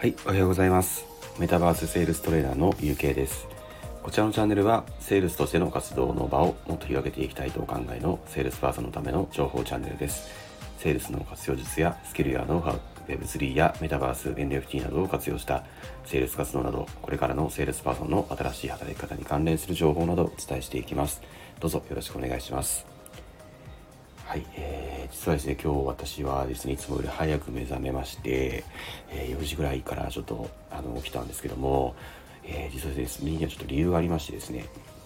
はい、おはようございます。メタバースセールストレーナーのゆうけいです。こちらのチャンネルはセールスとしての活動の場をもっと広げていきたいとお考えのセールスパーソンのための情報チャンネルです。セールスの活用術やスキルやノウハウ、Web3 やメタバース、NFT などを活用したセールス活動など、これからのセールスパーソンの新しい働き方に関連する情報などをお伝えしていきます。どうぞよろしくお願いします。はい、実はですね、今日私はですね、いつもより早く目覚めまして、4時ぐらいからちょっと起きたんですけども、実はですね、にはちょっと理由がありましてですね、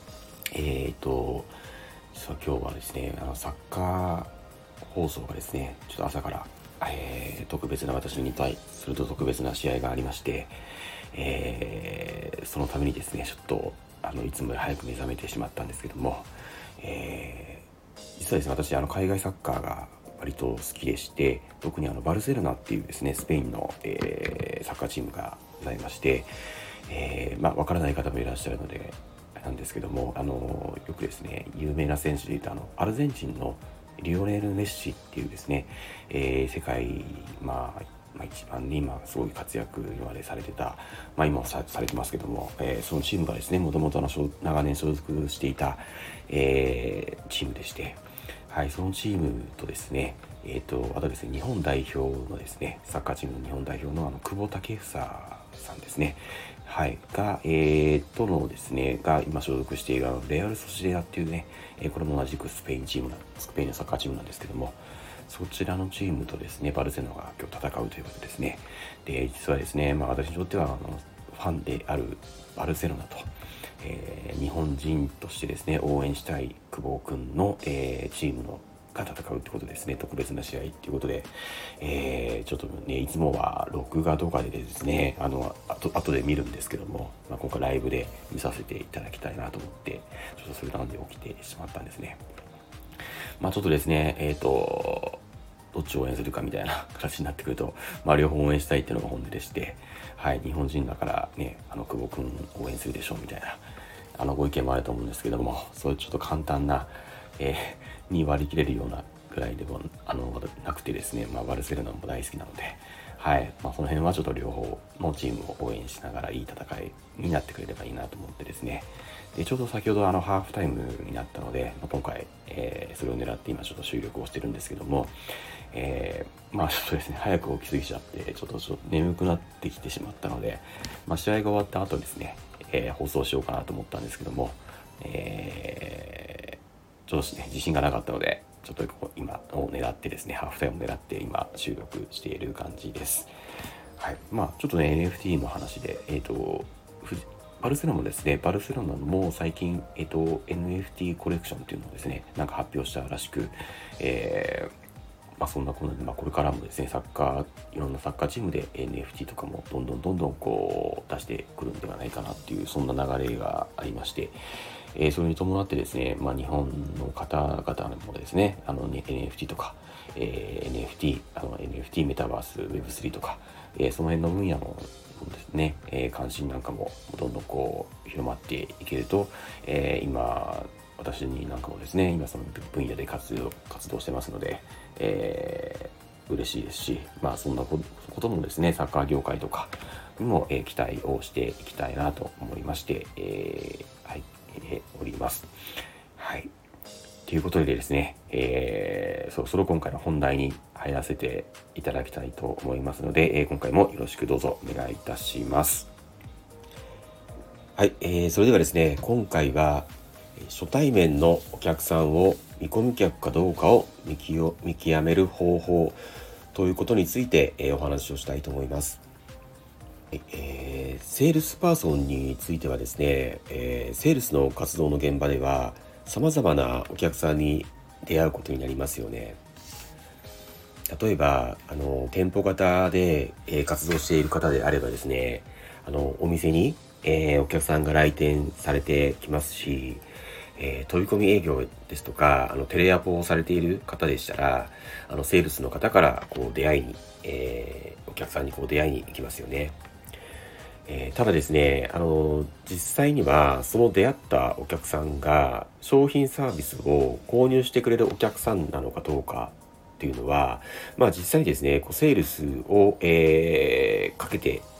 実は今日はですね、サッカー放送がですね、ちょっと朝から、特別な私に対すると特別な試合がありまして、そのためにですね、ちょっといつもより早く目覚めてしまったんですけども、実はですね、私海外サッカーが割と好きでして、特にバルセロナっていうですねスペインの、サッカーチームがございまして、わからない方もいらっしゃるのでなんですけども、よくですね有名な選手でいうとアルゼンチンのリオネル・メッシっていうですね、世界一番に今すごい活躍今までされてた、今もされてますけども、そのチームがですねもともと長年所属していた、チームでして、はい、そのチームとですね、あとですね、日本代表のですね、サッカーチームの日本代表の久保建英さんですね、はい、とのですね、が今所属しているレアル・ソシエダっていうね、これも同じくスペインのサッカーチームなんですけども、そちらのチームとですね、バルセロナが今日戦うということですね。で、実はですね、私にとってはファンであるバルセロナと、日本人としてですね応援したい久保くんの、チームのが戦うってことですね、特別な試合っていうことで、ちょっとねいつもは録画とかでですね後で見るんですけども、今回ライブで見させていただきたいなと思ってちょっとそれなんで起きてしまったんですね。ちょっとですねどっちを応援するかみたいな形になってくると、両方応援したいっていうのが本音でして、はい、日本人だからね久保くん応援するでしょうみたいなご意見もあると思うんですけども、そういうちょっと簡単な、に割り切れるようなぐらいでもなくてですね、バルセロナも大好きなので、はい、その辺はちょっと両方のチームを応援しながらいい戦いになってくれればいいなと思ってですね、でちょうど先ほどハーフタイムになったので、今回、それを狙って今ちょっと収録をしてるんですけども、ちょっとですね早く起きすぎちゃってちょっと眠くなってきてしまったので、試合が終わった後ですね、放送しようかなと思ったんですけども、ちょっとね自信がなかったので、ちょっと今を狙ってですねハーフタイムを狙って今収録している感じです。はい、ちょっとね NFT の話でバルセロナもですね、バルセロナも最近、NFT コレクションっていうのをですね、なんか発表したらしく、そんなこんなで、これからもですね、いろんなサッカーチームで NFT とかもどんどんこう出してくるんではないかなっていう、そんな流れがありまして、それに伴ってですね、日本の方々もですね、NFT とか、NFT メタバース Web3 とか、その辺の分野のですね、関心なんかもどんどんこう広まっていけると、今私になんかもですね今その分野で活動してますので、嬉しいですし、そんなこともですねサッカー業界とかにも、期待をしていきたいなと思いまして、おります。はい。ということでですね、そろそろ今回の本題に入らせていただきたいと思いますので、今回もよろしくどうぞお願いいたします。はい、それではですね、今回は初対面のお客さんを見込み客かどうかを見極める方法ということについて、お話をしたいと思います。セールスパーソンについてはですね、セールスの活動の現場では様々なお客さんに出会うことになりますよね。例えば店舗型で、活動している方であればですね、お店に、お客さんが来店されてきますし、飛び込み営業ですとかテレアポをされている方でしたら、セールスの方からこう出会いに、お客さんにこう出会いに行きますよね。ただですね、実際にはその出会ったお客さんが商品サービスを購入してくれるお客さんなのかどうかっていうのは、実際にですね、セールスを、かけて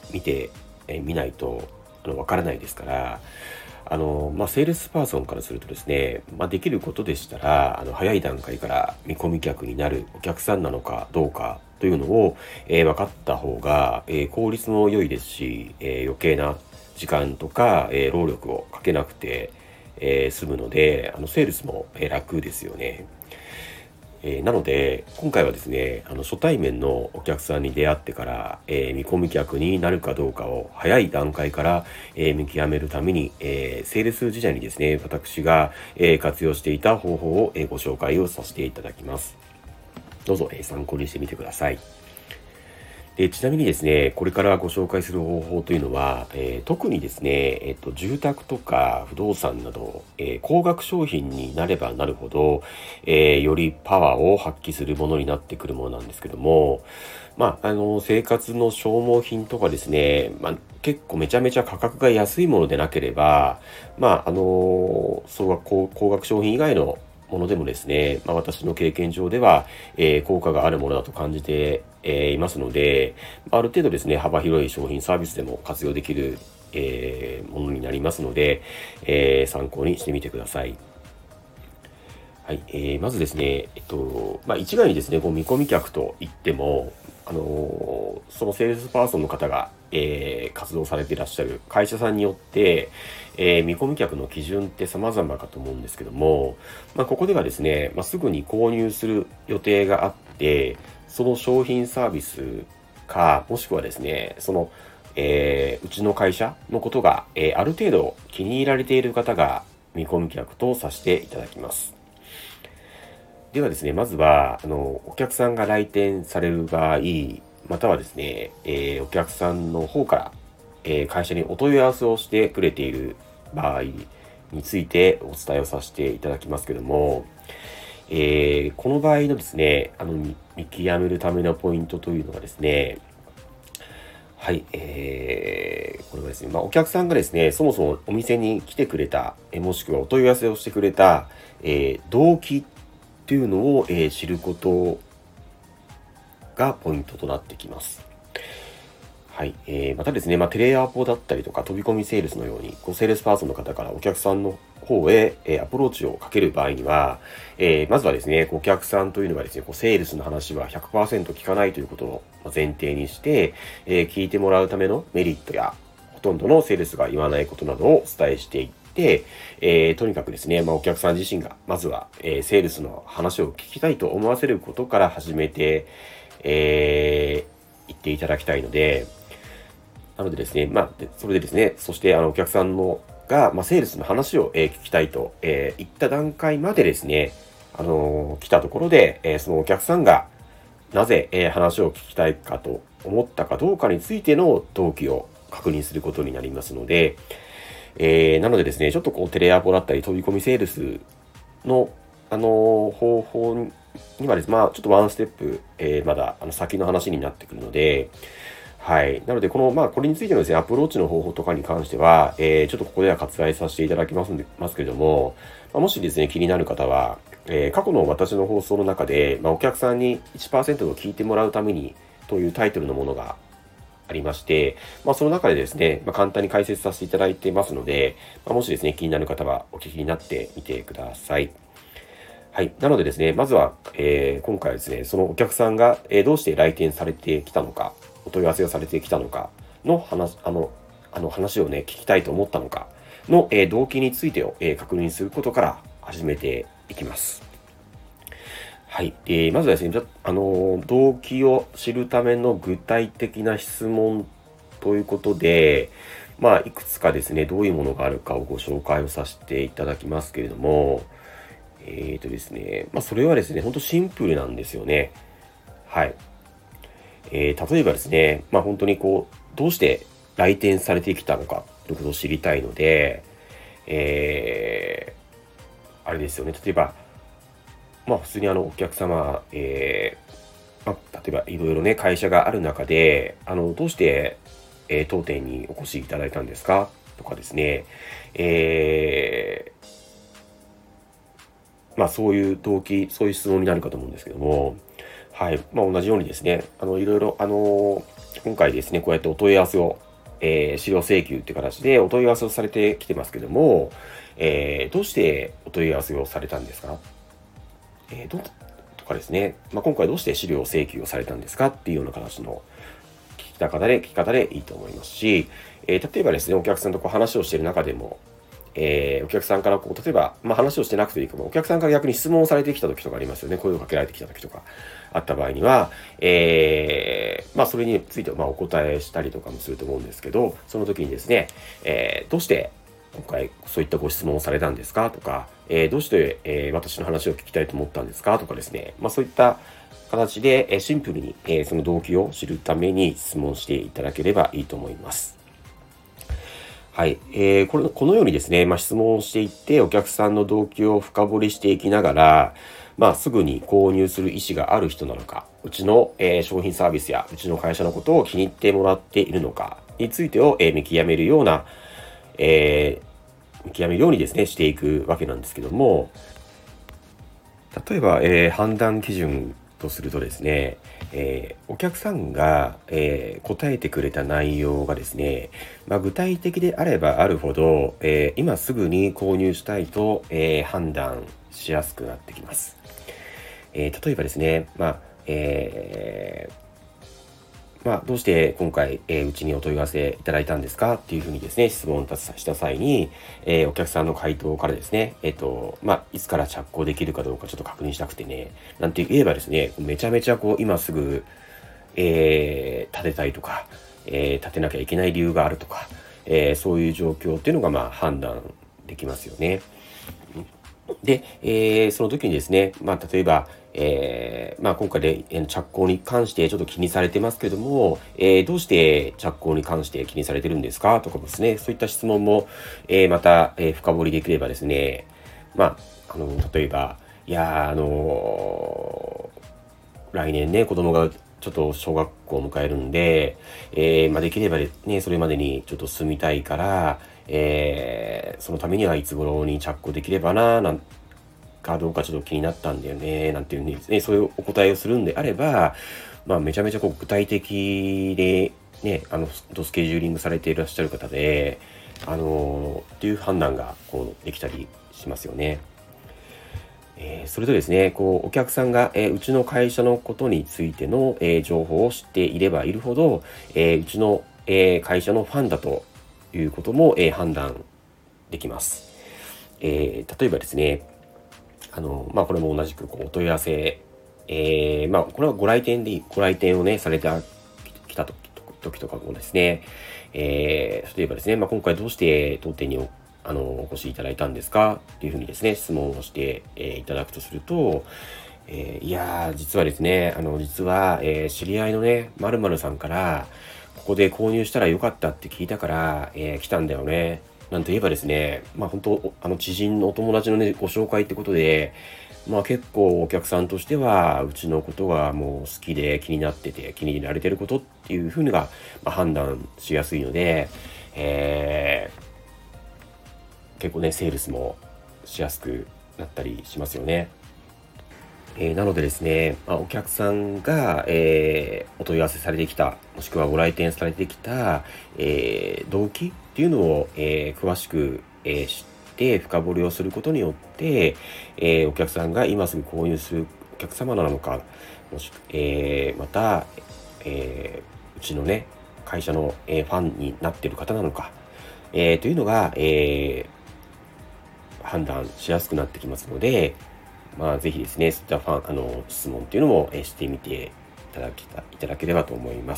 見ないとわからないですから、セールスパーソンからするとですね、できることでしたら、早い段階から見込み客になるお客さんなのかどうかというのを、分かった方が、効率も良いですし、余計な時間とか、労力をかけなくて、済むので、セールスも、楽ですよね。なので、今回はですね、初対面のお客さんに出会ってから、見込み客になるかどうかを早い段階から、見極めるために、セールス時代にですね、私が、活用していた方法を、ご紹介をさせていただきます。どうぞ、参考にしてみてください。で、ちなみにですね、これからご紹介する方法というのは、特にですね、住宅とか不動産など、高額商品になればなるほど、よりパワーを発揮するものになってくるものなんですけども、生活の消耗品とかですね、結構めちゃめちゃ価格が安いものでなければ、そうは高額商品以外のものでもですね、私の経験上では、効果があるものだと感じて、いますので、ある程度ですね、幅広い商品サービスでも活用できる、ものになりますので、参考にしてみてください。はい、まずですね、一概にですね、見込み客といっても、そのセールスパーソンの方が、活動されていらっしゃる会社さんによって、見込み客の基準って様々かと思うんですけども、ここではですね、すぐに購入する予定があって、その商品サービスか、もしくはですね、うちの会社のことが、ある程度気に入られている方が見込み客とさせていただきます。ではですね、まずは、お客さんが来店される場合、またはですね、お客さんの方から、会社にお問い合わせをしてくれている場合についてお伝えをさせていただきますけども、この場合のですね、見極めるためのポイントというのがですね、はい、これはですね、お客さんがですね、そもそもお店に来てくれた、もしくはお問い合わせをしてくれた、動機っていうのを、知ることがポイントとなってきます。はい。またですね、テレアポだったりとか飛び込みセールスのように、セールスパーソンの方からお客さんの方へ、アプローチをかける場合には、まずはですね、お客さんというのがですね、セールスの話は 100% 聞かないということを前提にして、聞いてもらうためのメリットや、ほとんどのセールスが言わないことなどをお伝えしていって、とにかくですね、お客さん自身が、まずは、セールスの話を聞きたいと思わせることから始めて、言っていただきたいので、なのでですね、それでですね、そしてお客さんが、セールスの話を、聞きたいと、いった段階までですね、来たところで、そのお客さんがなぜ、話を聞きたいかと思ったかどうかについての動機を確認することになりますので、なのでですね、ちょっとテレアポだったり飛び込みセールスの、方法にはですね、ちょっとワンステップ、まだ先の話になってくるので、はい。なので、これについてのですね、アプローチの方法とかに関しては、ちょっとここでは割愛させていただきますけれども、もしですね、気になる方は、過去の私の放送の中で、お客さんに 1% を聞いてもらうためにというタイトルのものがありまして、その中でですね、簡単に解説させていただいていますので、もしですね、気になる方はお聞きになってみてください。はい。なのでですね、まずは、今回はですね、そのお客さんが、どうして来店されてきたのか、お問い合わせをされてきたのかの話をね、聞きたいと思ったのかの、動機についてを、確認することから始めていきます。はい。まずはですね、動機を知るための具体的な質問ということで、いくつかですね、どういうものがあるかをご紹介をさせていただきますけれども、ですね、それはですね、ほんとシンプルなんですよね。はい。例えばですね、本当にどうして来店されてきたのかということを知りたいので、あれですよね、例えば、普通にお客様、例えばいろいろね、会社がある中で、どうして、当店にお越しいただいたんですかとかですね、そういう動機、そういう質問になるかと思うんですけども、 はい。同じようにですね、いろいろ、今回ですね、こうやってお問い合わせを、資料請求っていう形でお問い合わせをされてきてますけども、どうしてお問い合わせをされたんですか？とかですね、今回どうして資料請求をされたんですかっていうような形の聞き方でいいと思いますし、例えばですね、お客さんと話をしている中でも、お客さんから例えば、話をしてなくていいかも、お客さんから逆に質問をされてきた時とかありますよね。声をかけられてきた時とかあった場合には、それについてお答えしたりとかもすると思うんですけど、その時にですね、どうして今回そういったご質問をされたんですかとか、どうして、私の話を聞きたいと思ったんですかとかですね、そういった形で、シンプルに、その動機を知るために質問していただければいいと思います。はい。このようにですね、質問をしていって、お客さんの動機を深掘りしていきながら、すぐに購入する意思がある人なのか、うちの、商品サービスやうちの会社のことを気に入ってもらっているのかについてを、見極めるような、見極めるようにですね、していくわけなんですけども、例えば、判断基準とするとですね、お客さんが、答えてくれた内容がですね、具体的であればあるほど、今すぐに購入したいと、判断しやすくなってきます。例えばですね、どうして今回、うちにお問い合わせいただいたんですかっていうふうにですね、質問をした際に、お客さんの回答からですね、いつから着工できるかどうかちょっと確認したくてね、なんて言えばですね、めちゃめちゃ今すぐ、建てたいとか、建てなきゃいけない理由があるとか、そういう状況っていうのが判断できますよね。で、その時にですね、例えば、今回で、着工に関してちょっと気にされてますけども、どうして着工に関して気にされてるんですかとかですね、そういった質問も、また、深掘りできればですね、例えば、いやー、来年ね、子供がちょっと小学校を迎えるんで、できればね、それまでにちょっと住みたいから、そのためにはいつ頃に着工できればな、かどうかちょっと気になったんだよね、なんていうふうにですね、そういうお答えをするんであれば、めちゃめちゃ具体的で、ね、スケジューリングされていらっしゃる方で、っていう判断ができたりしますよね。それとですね、お客さんが、うちの会社のことについての、情報を知っていればいるほど、うちの、会社のファンだということも、判断できます。例えばですね、これも同じくお問い合わせ、これはご来店をね、されてきた時とかもですね、例えばですね、今回どうして当店にお越しいただいたんですかっていうふうにですね、質問をして、いただくとすると、いやー、実はですね、実は、知り合いのね、〇〇さんから、ここで購入したらよかったって聞いたから、来たんだよね。なんて言えばですね、本当知人のお友達のね、ご紹介ってことで、結構お客さんとしては、うちのことがもう好きで気になってて、気に入られてることっていう風のが、判断しやすいので、結構ね、セールスもしやすくなったりしますよね。なのでですね、お客さんが、お問い合わせされてきた、もしくはご来店されてきた、動機っていうのを、詳しく、知って深掘りをすることによって、お客さんが今すぐ購入するお客様なのか、また、うちのね、会社の、ファンになっている方なのか、というのが、判断しやすくなってきますので、ぜひですね、そういった質問っていうのも、してみていただければと思います。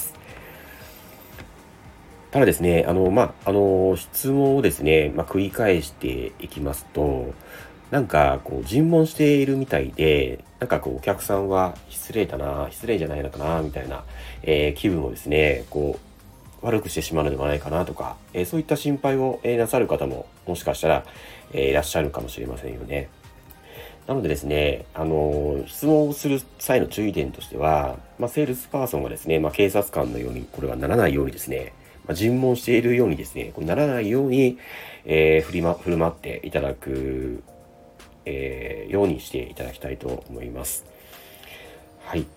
ただですね、質問をですね、繰り返していきますと、尋問しているみたいで、お客さんは失礼じゃないのかな、みたいな、気分をですね、悪くしてしまうのではないかなとか、そういった心配を、なさる方ももしかしたら、いらっしゃるかもしれませんよね。なのでですね、質問をする際の注意点としては、セールスパーソンがですね、警察官のように、これはならないようにですね、尋問しているようにですね、これならないように、振る舞っていただく、ようにしていただきたいと思います。はい。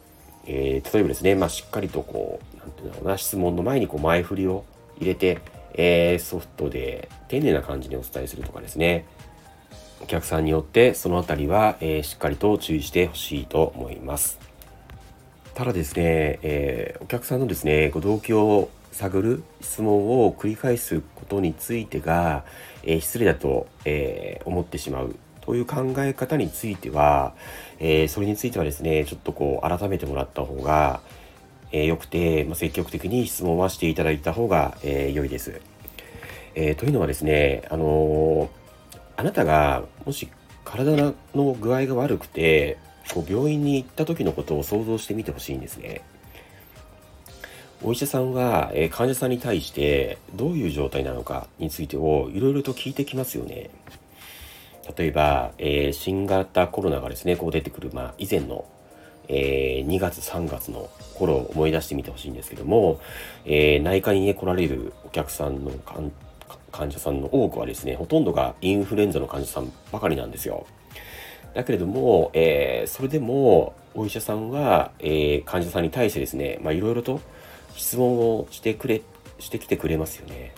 例えばですね、しっかりとなんていうのかな、質問の前に前振りを入れて、ソフトで丁寧な感じにお伝えするとかですね、お客さんによってそのあたりは、しっかりと注意してほしいと思います。ただですね、お客さんのですね、動機を探る質問を繰り返すことについてが、失礼だと、思ってしまうという考え方については、それについてはですね、ちょっと改めてもらった方が、良くて、積極的に質問はしていただいた方が、良いです。というのはですね、あなたがもし体の具合が悪くて、病院に行った時のことを想像してみてほしいんですね。お医者さんは、患者さんに対してどういう状態なのかについてをいろいろと聞いてきますよね。例えば、新型コロナがですね、出てくる、以前の、2月3月の頃を思い出してみてほしいんですけども、内科にね、来られるお客さんの患者さんの多くはですね、ほとんどがインフルエンザの患者さんばかりなんですよ。だけれども、それでもお医者さんは、患者さんに対してですね、いろいろと質問をしてきてくれますよね。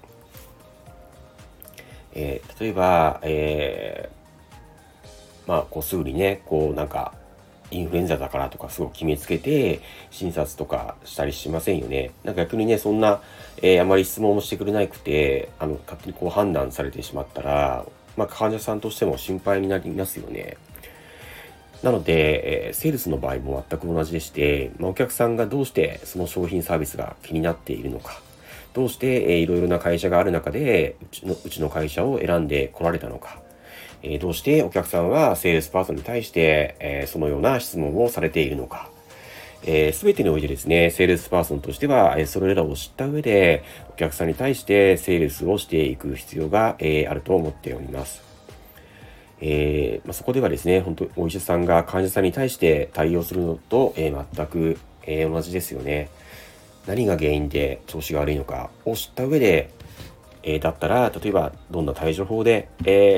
例えば、すぐにね、インフルエンザだからとかすごく決めつけて診察とかしたりしませんよね。逆にね、そんな、あまり質問もしてくれなくて、勝手に判断されてしまったら、患者さんとしても心配になりますよね。なので、セールスの場合も全く同じでして、お客さんがどうしてその商品サービスが気になっているのか、どうして、いろいろな会社がある中でうちの会社を選んで来られたのか、どうしてお客さんはセールスパーソンに対して、そのような質問をされているのか、すべてにおいてですね、セールスパーソンとしては、それらを知った上で、お客さんに対してセールスをしていく必要が、あると思っております。そこではですね、本当お医者さんが患者さんに対して対応するのと、全く、同じですよね。何が原因で調子が悪いのかを知った上で、だったら、例えばどんな対処法で、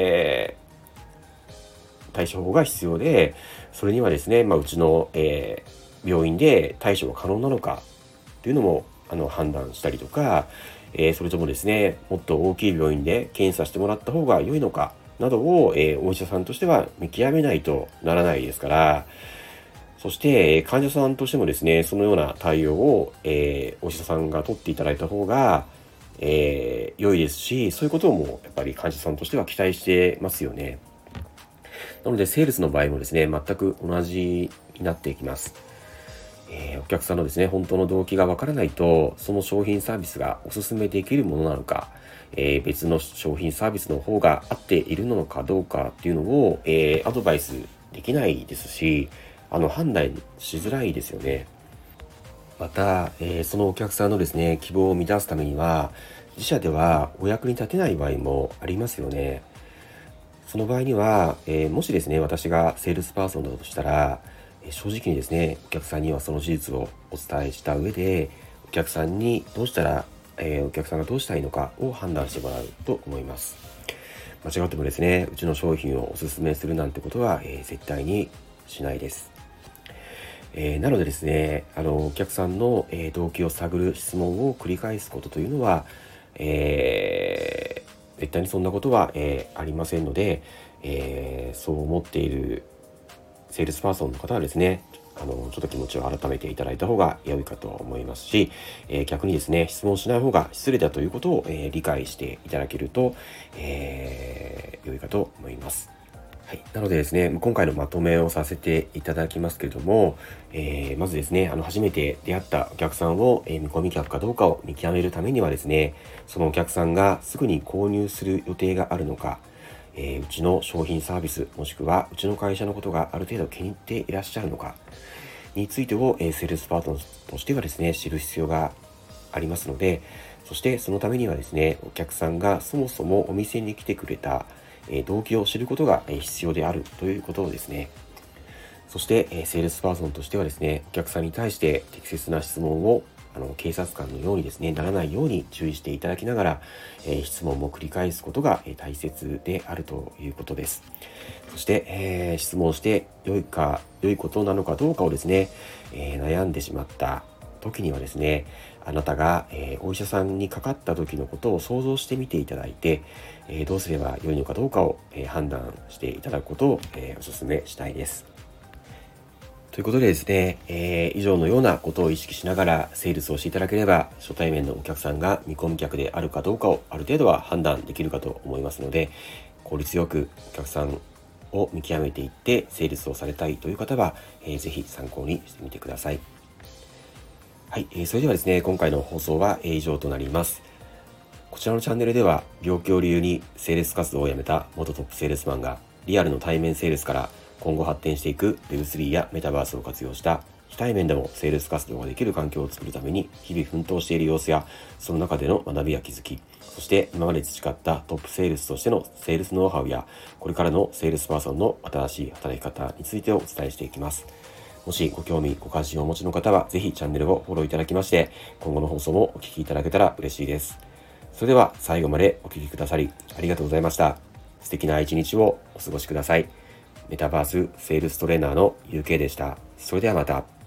対処法が必要で、それにはですね、うちの、病院で対処が可能なのかというのも判断したりとか、それともですね、もっと大きい病院で検査してもらった方が良いのかなどを、お医者さんとしては見極めないとならないですから、そして、患者さんとしてもですね、そのような対応を、お医者さんが取っていただいた方が、良いですし、そういうこともやっぱり患者さんとしては期待してますよね。なので、セールスの場合もですね、全く同じになっていきます。お客さんのですね、本当の動機がわからないと、その商品サービスがお勧めできるものなのか、別の商品サービスの方が合っているのかどうかっていうのを、アドバイスできないですし、判断しづらいですよね。また、そのお客さんのですね、希望を満たすためには、自社ではお役に立てない場合もありますよね。その場合には、もしですね、私がセールスパーソンだとしたら、正直にですね、お客さんにはその事実をお伝えした上で、お客さんにどうしたら、お客さんがどうしたいのかを判断してもらうと思います。間違ってもですね、うちの商品をお勧めするなんてことは、絶対にしないです。なのでですね、お客さんの、動機を探る質問を繰り返すことというのは、絶対にそんなことは、ありませんので、そう思っているセールスパーソンの方はですね、ちょっと気持ちを改めていただいた方が良いかと思いますし、逆にですね、質問しない方が失礼だということを、理解していただけると、良いかと思います。はい。なのでですね、今回のまとめをさせていただきますけれども、まずですね、初めて出会ったお客さんを、見込み客かどうかを見極めるためにはですね、そのお客さんがすぐに購入する予定があるのか、うちの商品サービス、もしくはうちの会社のことがある程度気に入っていらっしゃるのかについてを、セールスパートナーとしてはですね、知る必要がありますので、そしてそのためにはですね、お客さんがそもそもお店に来てくれた動機を知ることが必要であるということをですね、そしてセールスパーソンとしてはですね、お客さんに対して適切な質問を警察官のようにですね、ならないように注意していただきながら、質問も繰り返すことが、大切であるということです。そして、質問して良いことなのかどうかをですね、悩んでしまった時にはですね、あなたが、お医者さんにかかった時のことを想像してみていただいて、どうすれば良いのかどうかを、判断していただくことを、お勧めしたいです。ということでですね、以上のようなことを意識しながらセールスをしていただければ、初対面のお客さんが見込み客であるかどうかをある程度は判断できるかと思いますので、効率よくお客さんを見極めていってセールスをされたいという方は、ぜひ参考にしてみてください。はい、それではですね、今回の放送は以上となります。こちらのチャンネルでは、病気を理由にセールス活動をやめた元トップセールスマンが、リアルの対面セールスから今後発展していく Web3 やメタバースを活用した非対面でもセールス活動ができる環境を作るために日々奮闘している様子や、その中での学びや気づき、そして今まで培ったトップセールスとしてのセールスノウハウや、これからのセールスパーソンの新しい働き方についてお伝えしていきます。もしご興味、ご関心をお持ちの方は、ぜひチャンネルをフォローいただきまして、今後の放送もお聞きいただけたら嬉しいです。それでは最後までお聞きくださりありがとうございました。素敵な一日をお過ごしください。メタバースセールストレーナーの UK でした。それではまた。